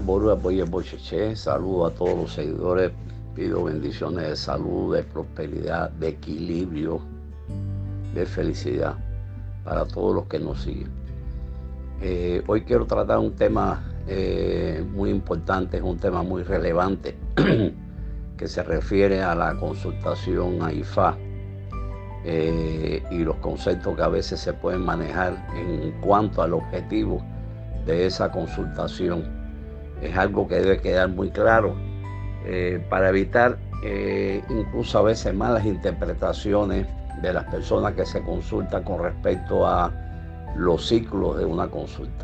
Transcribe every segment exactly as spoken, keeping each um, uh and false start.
Borua Boye Bocheche, saludo a todos los seguidores, pido bendiciones de salud, de prosperidad, de equilibrio, de felicidad para todos los que nos siguen. Eh, hoy quiero tratar un tema eh, muy importante, es un tema muy relevante que se refiere a la consultación a I F A eh, y los conceptos que a veces se pueden manejar en cuanto al objetivo de esa consultación. Es algo que debe quedar muy claro eh, para evitar eh, incluso a veces malas interpretaciones de las personas que se consultan con respecto a los ciclos de una consulta.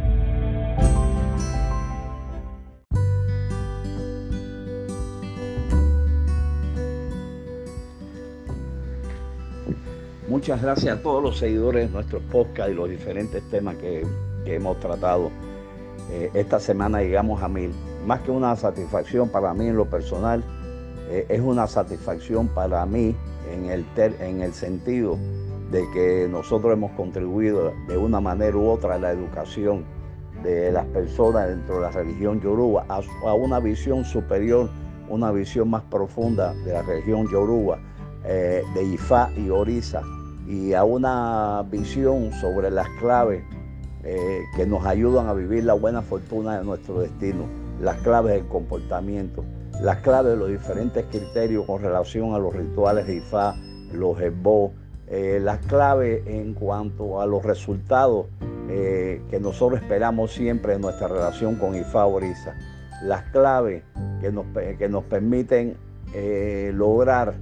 Muchas gracias a todos los seguidores de nuestros podcasts y los diferentes temas que, que hemos tratado. Eh, esta semana llegamos a mil. Más que una satisfacción para mí en lo personal, eh, es una satisfacción para mí en el, ter, en el sentido de que nosotros hemos contribuido de una manera u otra a la educación de las personas dentro de la religión yoruba, a, a una visión superior, una visión más profunda de la religión yoruba, eh, de Ifá y Orisa, y a una visión sobre las claves eh, que nos ayudan a vivir la buena fortuna de nuestro destino, las claves del comportamiento, las claves de los diferentes criterios con relación a los rituales de Ifá, los esbós, eh, las claves en cuanto a los resultados eh, que nosotros esperamos siempre en nuestra relación con Ifá Orisa, las claves que nos, que nos permiten eh, lograr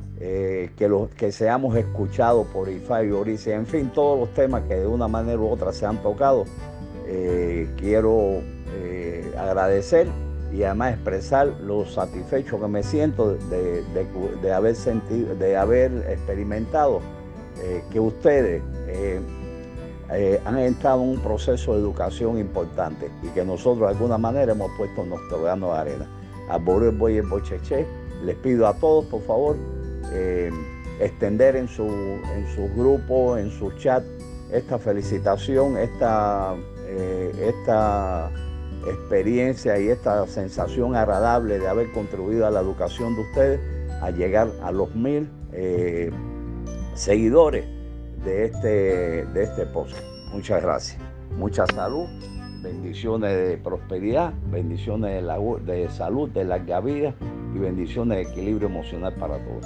Eh, que, lo, que seamos escuchados por Ifá y Orisa, en fin, todos los temas que de una manera u otra se han tocado. Eh, quiero eh, agradecer y además expresar lo satisfecho que me siento de, de, de haber sentido, de haber experimentado eh, que ustedes eh, eh, han entrado en un proceso de educación importante y que nosotros de alguna manera hemos puesto nuestro grano de arena. A Borue Boye Bocheche, les pido a todos, por favor, Eh, extender en su, en sus grupos, en su chat, esta felicitación, esta, eh, esta experiencia y esta sensación agradable de haber contribuido a la educación de ustedes, a llegar a los mil eh, seguidores de este, de este post. Muchas gracias. Mucha salud, bendiciones de prosperidad, bendiciones de, la, de salud, de larga vida y bendiciones de equilibrio emocional para todos.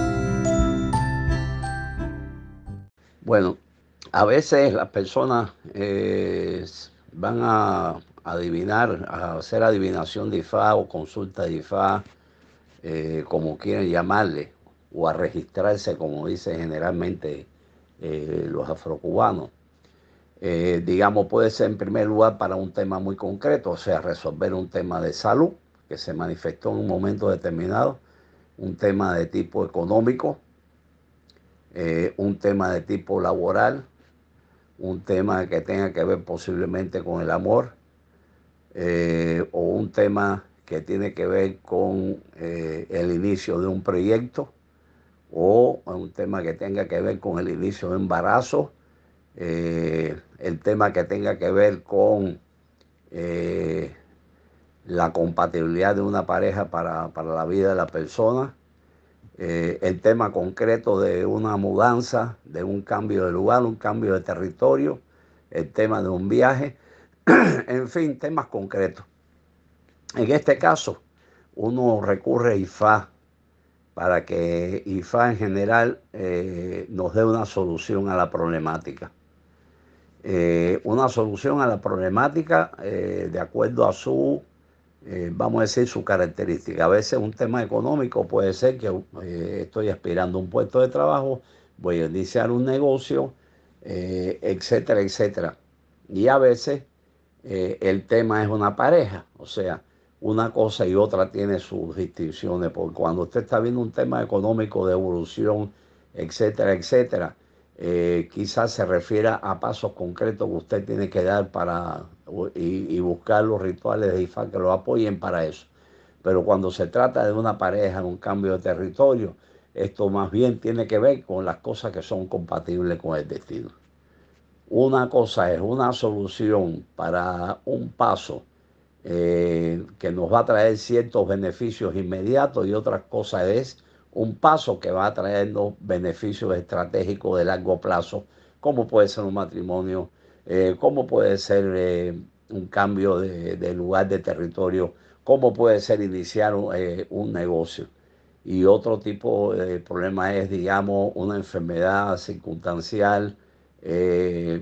Bueno, a veces las personas eh, van a adivinar, a hacer adivinación de Ifá o consulta de Ifá, eh, como quieren llamarle, o a registrarse, como dicen generalmente eh, los afrocubanos. Eh, digamos, puede ser en primer lugar para un tema muy concreto, o sea, resolver un tema de salud que se manifestó en un momento determinado, un tema de tipo económico, eh, un tema de tipo laboral, un tema que tenga que ver posiblemente con el amor, eh, o un tema que tiene que ver con eh, el inicio de un proyecto, o un tema que tenga que ver con el inicio de un embarazo, eh, el tema que tenga que ver con eh, la compatibilidad de una pareja para, para la vida de la persona, eh, el tema concreto de una mudanza, de un cambio de lugar, un cambio de territorio, el tema de un viaje, en fin, temas concretos. En este caso, uno recurre a Ifá para que Ifá en general eh, nos dé una solución a la problemática. Eh, una solución a la problemática eh, de acuerdo a su, eh, vamos a decir, su característica. A veces un tema económico puede ser que eh, estoy aspirando a un puesto de trabajo, voy a iniciar un negocio, eh, etcétera, etcétera. Y a veces eh, el tema es una pareja, o sea, una cosa y otra tiene sus distinciones, porque cuando usted está viendo un tema económico de evolución, etcétera, etcétera, Eh, quizás se refiera a pasos concretos que usted tiene que dar para y, y buscar los rituales de Ifá que lo apoyen para eso. Pero cuando se trata de una pareja, de un cambio de territorio, esto más bien tiene que ver con las cosas que son compatibles con el destino. Una cosa es una solución para un paso eh, que nos va a traer ciertos beneficios inmediatos, y otra cosa es un paso que va a traernos beneficios estratégicos de largo plazo, como puede ser un matrimonio, eh, como puede ser eh, un cambio de, de lugar de territorio, como puede ser iniciar un, eh, un negocio. Y otro tipo de problema es, digamos, una enfermedad circunstancial, eh,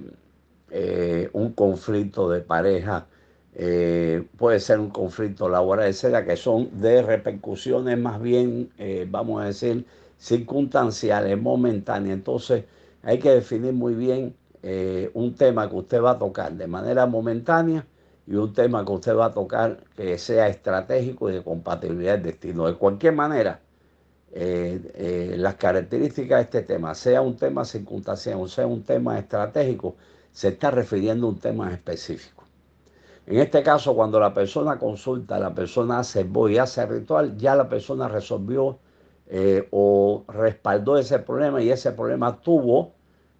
eh, un conflicto de pareja, eh, puede ser un conflicto laboral, etcétera, que son de repercusiones más bien, eh, vamos a decir, circunstanciales, momentáneas. Entonces, hay que definir muy bien eh, un tema que usted va a tocar de manera momentánea y un tema que usted va a tocar que sea estratégico y de compatibilidad del destino. De cualquier manera, eh, eh, las características de este tema, sea un tema circunstancial o sea un tema estratégico, se está refiriendo a un tema específico. En este caso, cuando la persona consulta, la persona hace voy, hace ritual, ya la persona resolvió eh, o respaldó ese problema, y ese problema tuvo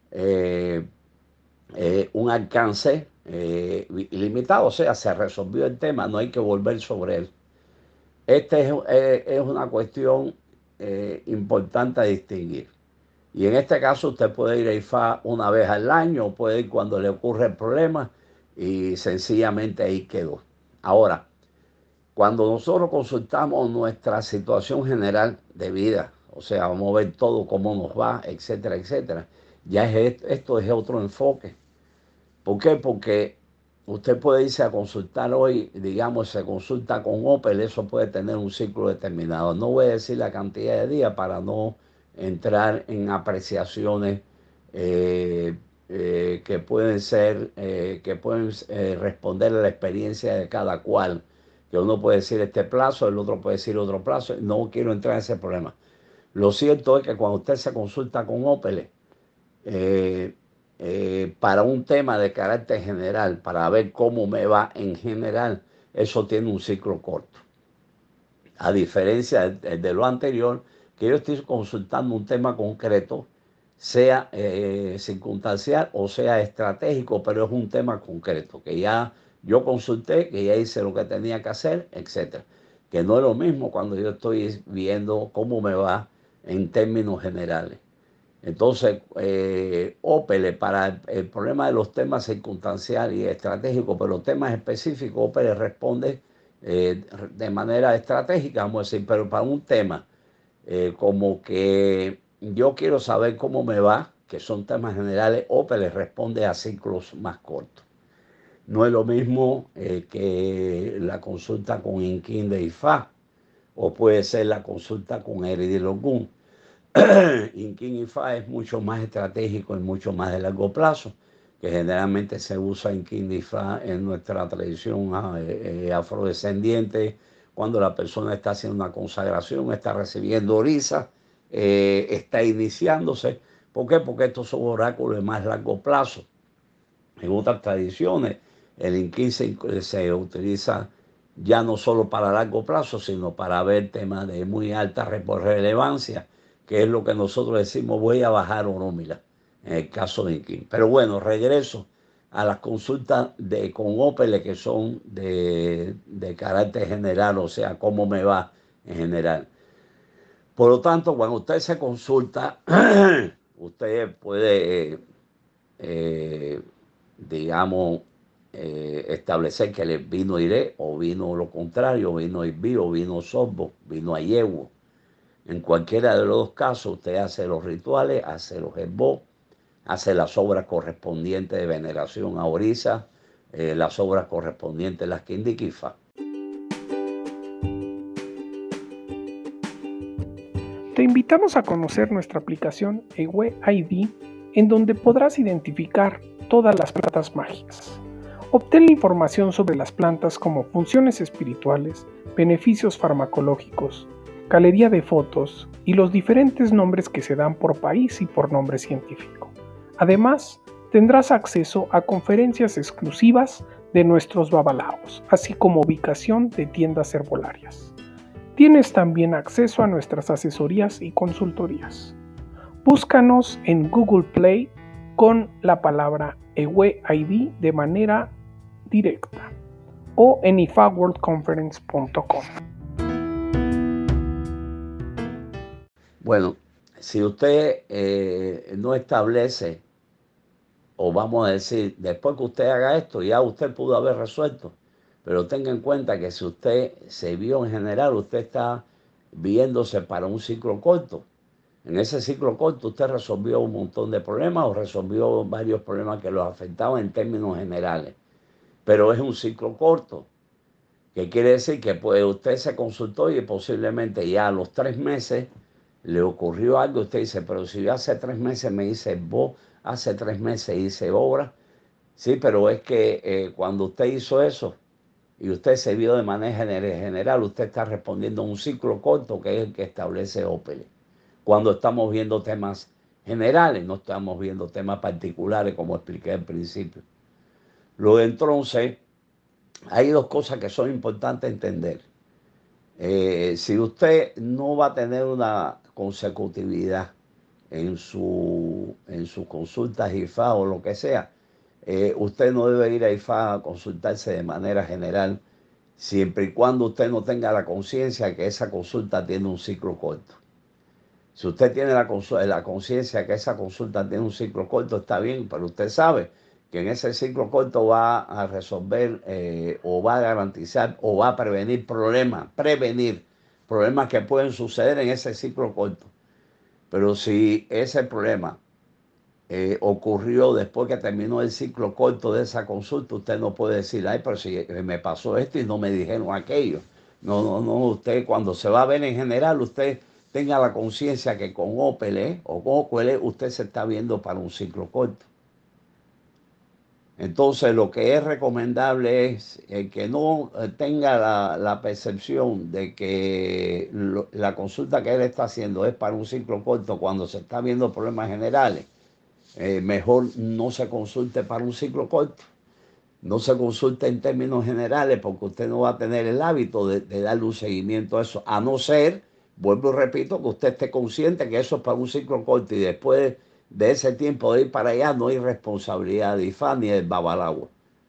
eh, eh, un alcance eh, ilimitado, o sea, se resolvió el tema, no hay que volver sobre él. Esta es, eh, es una cuestión eh, importante a distinguir. Y en este caso usted puede ir a I F A una vez al año, o puede ir cuando le ocurre el problema, y sencillamente ahí quedó. Ahora, cuando nosotros consultamos nuestra situación general de vida, o sea, vamos a ver todo cómo nos va, etcétera, etcétera, ya es, esto es otro enfoque. ¿Por qué? Porque usted puede irse a consultar hoy, digamos, se consulta con Opel, eso puede tener un ciclo determinado. No voy a decir la cantidad de días para no entrar en apreciaciones eh, eh, que pueden ser, eh, que pueden eh, responder a la experiencia de cada cual. Que uno puede decir este plazo, el otro puede decir otro plazo. No quiero entrar en ese problema. Lo cierto es que cuando usted se consulta con Opel, eh, eh, para un tema de carácter general, para ver cómo me va en general, eso tiene un ciclo corto. A diferencia de, de lo anterior, que yo estoy consultando un tema concreto, sea eh, circunstancial o sea estratégico, pero es un tema concreto, que ya yo consulté, que ya hice lo que tenía que hacer, etcétera. Que no es lo mismo cuando yo estoy viendo cómo me va en términos generales. Entonces, eh, Opel, para el, el problema de los temas circunstanciales y estratégicos, pero los temas específicos, Opel responde eh, de manera estratégica, vamos a decir, pero para un tema eh, como que yo quiero saber cómo me va, que son temas generales, Opel responde a ciclos más cortos. No es lo mismo eh, que la consulta con Inkin de I F A, o puede ser la consulta con Eridilogun. Inkin I F A es mucho más estratégico y mucho más de largo plazo, que generalmente se usa Inkin I F A en nuestra tradición eh, eh, afrodescendiente, cuando la persona está haciendo una consagración, está recibiendo orisa, eh, está iniciándose. ¿Por qué? Porque estos son oráculos de más largo plazo. En otras tradiciones, el Inkin se, se utiliza ya no solo para largo plazo, sino para ver temas de muy alta relevancia, que es lo que nosotros decimos voy a bajar Oromila, en el caso de Inkin. Pero bueno, regreso a las consultas de, con Opel, que son de, de carácter general, o sea, cómo me va en general. Por lo tanto, cuando usted se consulta, usted puede, eh, eh, digamos, eh, establecer que le vino Iré, o vino lo contrario, vino Ibí, o vino Sorbo, vino Ayewo. En cualquiera de los dos casos, usted hace los rituales, hace los esbos, hace las obras correspondientes de veneración a Orisa, eh, las obras correspondientes a las que indica I F A. Te invitamos a conocer nuestra aplicación Ewe I D, en donde podrás identificar todas las plantas mágicas. Obtén la información sobre las plantas como funciones espirituales, beneficios farmacológicos, galería de fotos y los diferentes nombres que se dan por país y por nombre científico. Además, tendrás acceso a conferencias exclusivas de nuestros babalaos, así como ubicación de tiendas herbolarias. Tienes también acceso a nuestras asesorías y consultorías. Búscanos en Google Play con la palabra Ewe I D de manera directa. o en i f a world conference punto com. Bueno, si usted eh, no establece, o vamos a decir, después que usted haga esto, ya usted pudo haber resuelto, pero tenga en cuenta que si usted se vio en general, usted está viéndose para un ciclo corto. En ese ciclo corto usted resolvió un montón de problemas o resolvió varios problemas que los afectaban en términos generales, pero es un ciclo corto. ¿Qué quiere decir? Que pues usted se consultó y posiblemente ya a los tres meses le ocurrió algo. Usted dice, pero si yo hace tres meses me hice vos, hace tres meses hice obra. Sí, pero es que eh, cuando usted hizo eso y usted se vio de manera general, usted está respondiendo a un ciclo corto que es el que establece Opel. Cuando estamos viendo temas generales, no estamos viendo temas particulares como expliqué al principio. Luego entonces, hay dos cosas que son importantes entender. Eh, si usted no va a tener una consecutividad en su, en sus consultas I F A o lo que sea, eh, usted no debe ir a I F A a consultarse de manera general, siempre y cuando usted no tenga la conciencia de que esa consulta tiene un ciclo corto. Si usted tiene la, la conciencia que esa consulta tiene un ciclo corto, está bien, pero usted sabe que en ese ciclo corto va a resolver eh, o va a garantizar o va a prevenir problemas, prevenir problemas que pueden suceder en ese ciclo corto. Pero si ese problema eh, ocurrió después que terminó el ciclo corto de esa consulta, usted no puede decir, ay, pero si me pasó esto y no me dijeron aquello. No, no, no, usted cuando se va a ver en general, usted tenga la conciencia que con Opel ¿eh? o con Opel usted se está viendo para un ciclo corto. Entonces lo que es recomendable es eh, que no tenga la, la percepción de que lo, la consulta que él está haciendo es para un ciclo corto cuando se está viendo problemas generales. Eh, mejor no se consulte para un ciclo corto. No se consulte en términos generales porque usted no va a tener el hábito de, de darle un seguimiento a eso, a no ser, vuelvo y repito, que usted esté consciente que eso es para un ciclo corto y después de ese tiempo de ir para allá no hay responsabilidad de I F A ni del Babalagua.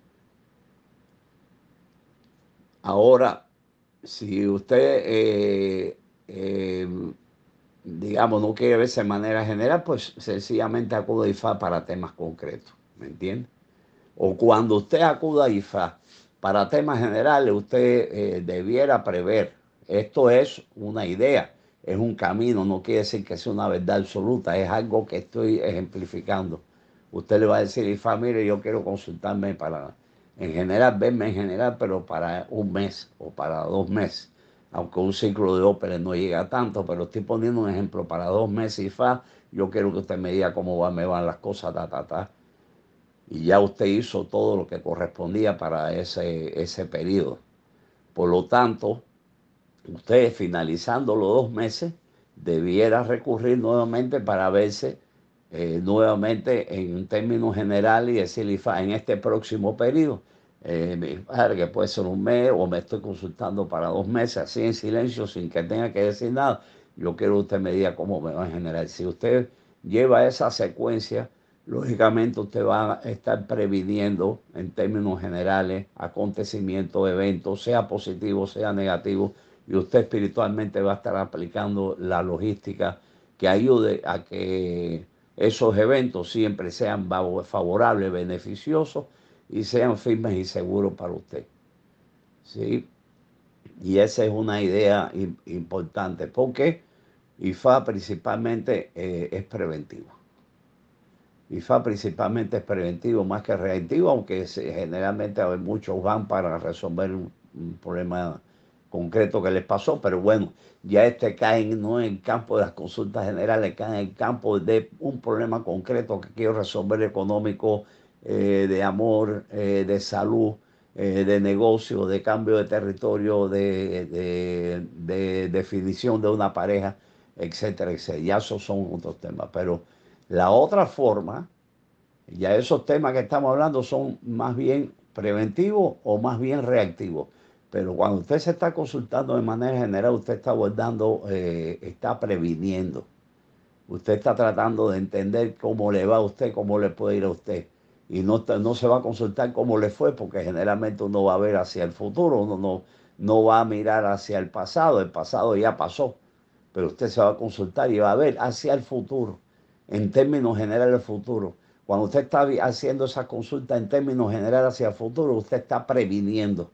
Ahora, si usted, eh, eh, digamos, no quiere verse de manera general, pues sencillamente acude a I F A para temas concretos, ¿me entiende? O cuando usted acuda a I F A para temas generales, usted eh, debiera prever. Esto es una idea, es un camino, no quiere decir que sea una verdad absoluta, es algo que estoy ejemplificando. Usted le va a decir a I F A, mire, yo quiero consultarme para, en general, verme en general, pero para un mes o para dos meses. Aunque un ciclo de ópera no llega a tanto, pero estoy poniendo un ejemplo, para dos meses I F A, yo quiero que usted me diga cómo va, me van las cosas, ta, ta, ta. Y ya usted hizo todo lo que correspondía para ese, ese periodo. Por lo tanto, usted finalizando los dos meses, debiera recurrir nuevamente para verse eh, nuevamente en términos generales y decirle, I F A, en este próximo periodo, eh, mi padre, que puede ser un mes o me estoy consultando para dos meses, así en silencio, sin que tenga que decir nada, yo quiero que usted me diga cómo me va a generar. Si usted lleva esa secuencia, lógicamente usted va a estar previniendo en términos generales acontecimientos, eventos, sea positivo, sea negativo, y usted espiritualmente va a estar aplicando la logística que ayude a que esos eventos siempre sean favorables, beneficiosos y sean firmes y seguros para usted. ¿Sí? Y esa es una idea importante porque I F A principalmente eh, es preventivo. I F A principalmente es preventivo más que reactivo, aunque se, generalmente muchos van para resolver un, un problema concreto que les pasó, pero bueno, ya este cae no en el campo de las consultas generales, cae en el campo de un problema concreto que quiero resolver económico, eh, de amor, eh, de salud, eh, de negocio, de cambio de territorio, de, de, de definición de una pareja, etcétera, etcétera. Ya esos son otros temas, pero la otra forma, ya esos temas que estamos hablando son más bien preventivos o más bien reactivos. Pero cuando usted se está consultando de manera general, usted está abordando, eh, está previniendo. Usted está tratando de entender cómo le va a usted, cómo le puede ir a usted. y no, no se va a consultar cómo le fue, porque generalmente uno va a ver hacia el futuro, uno no, no va a mirar hacia el pasado, el pasado ya pasó, pero usted se va a consultar y va a ver hacia el futuro, en términos generales del futuro. Cuando usted está haciendo esa consulta en términos generales hacia el futuro, usted está previniendo.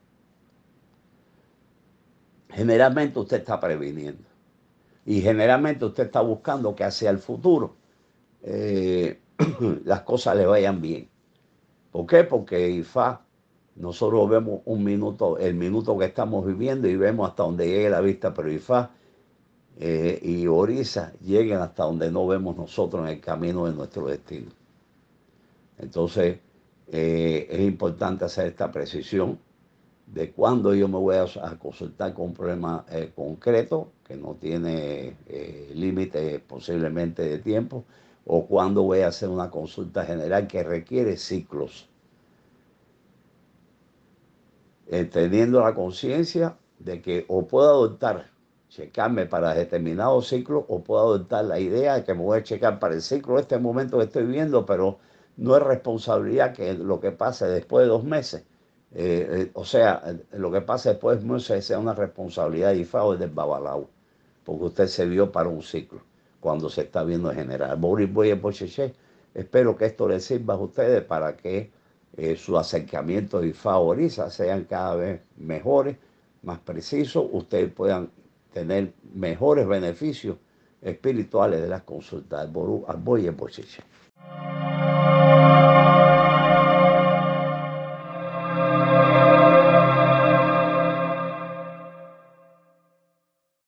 Generalmente usted está previniendo. Y generalmente usted está buscando que hacia el futuro eh, las cosas le vayan bien. ¿Por qué? Porque I F A, nosotros vemos un minuto, el minuto que estamos viviendo y vemos hasta donde llegue la vista, pero I F A eh, y Orisa lleguen hasta donde no vemos nosotros en el camino de nuestro destino. Entonces, eh, es importante hacer esta precisión de cuándo yo me voy a, a consultar con un problema eh, concreto que no tiene eh, límite posiblemente de tiempo, o cuándo voy a hacer una consulta general que requiere ciclos. Eh, teniendo la conciencia de que o puedo adoptar, checarme para determinado ciclo, o puedo adoptar la idea de que me voy a checar para el ciclo de este momento que estoy viendo, pero no es responsabilidad que lo que pase después de dos meses. Eh, eh, o sea, lo que pasa después de meses sea una responsabilidad de I F A o del Babalao, porque usted se vio para un ciclo cuando se está viendo en general. Boris Boye Bocheche, espero que esto les sirva a ustedes para que eh, su acercamiento de I F A o Orisa sean cada vez mejores, más precisos, ustedes puedan tener mejores beneficios espirituales de las consultas al Boris Boye Bocheche.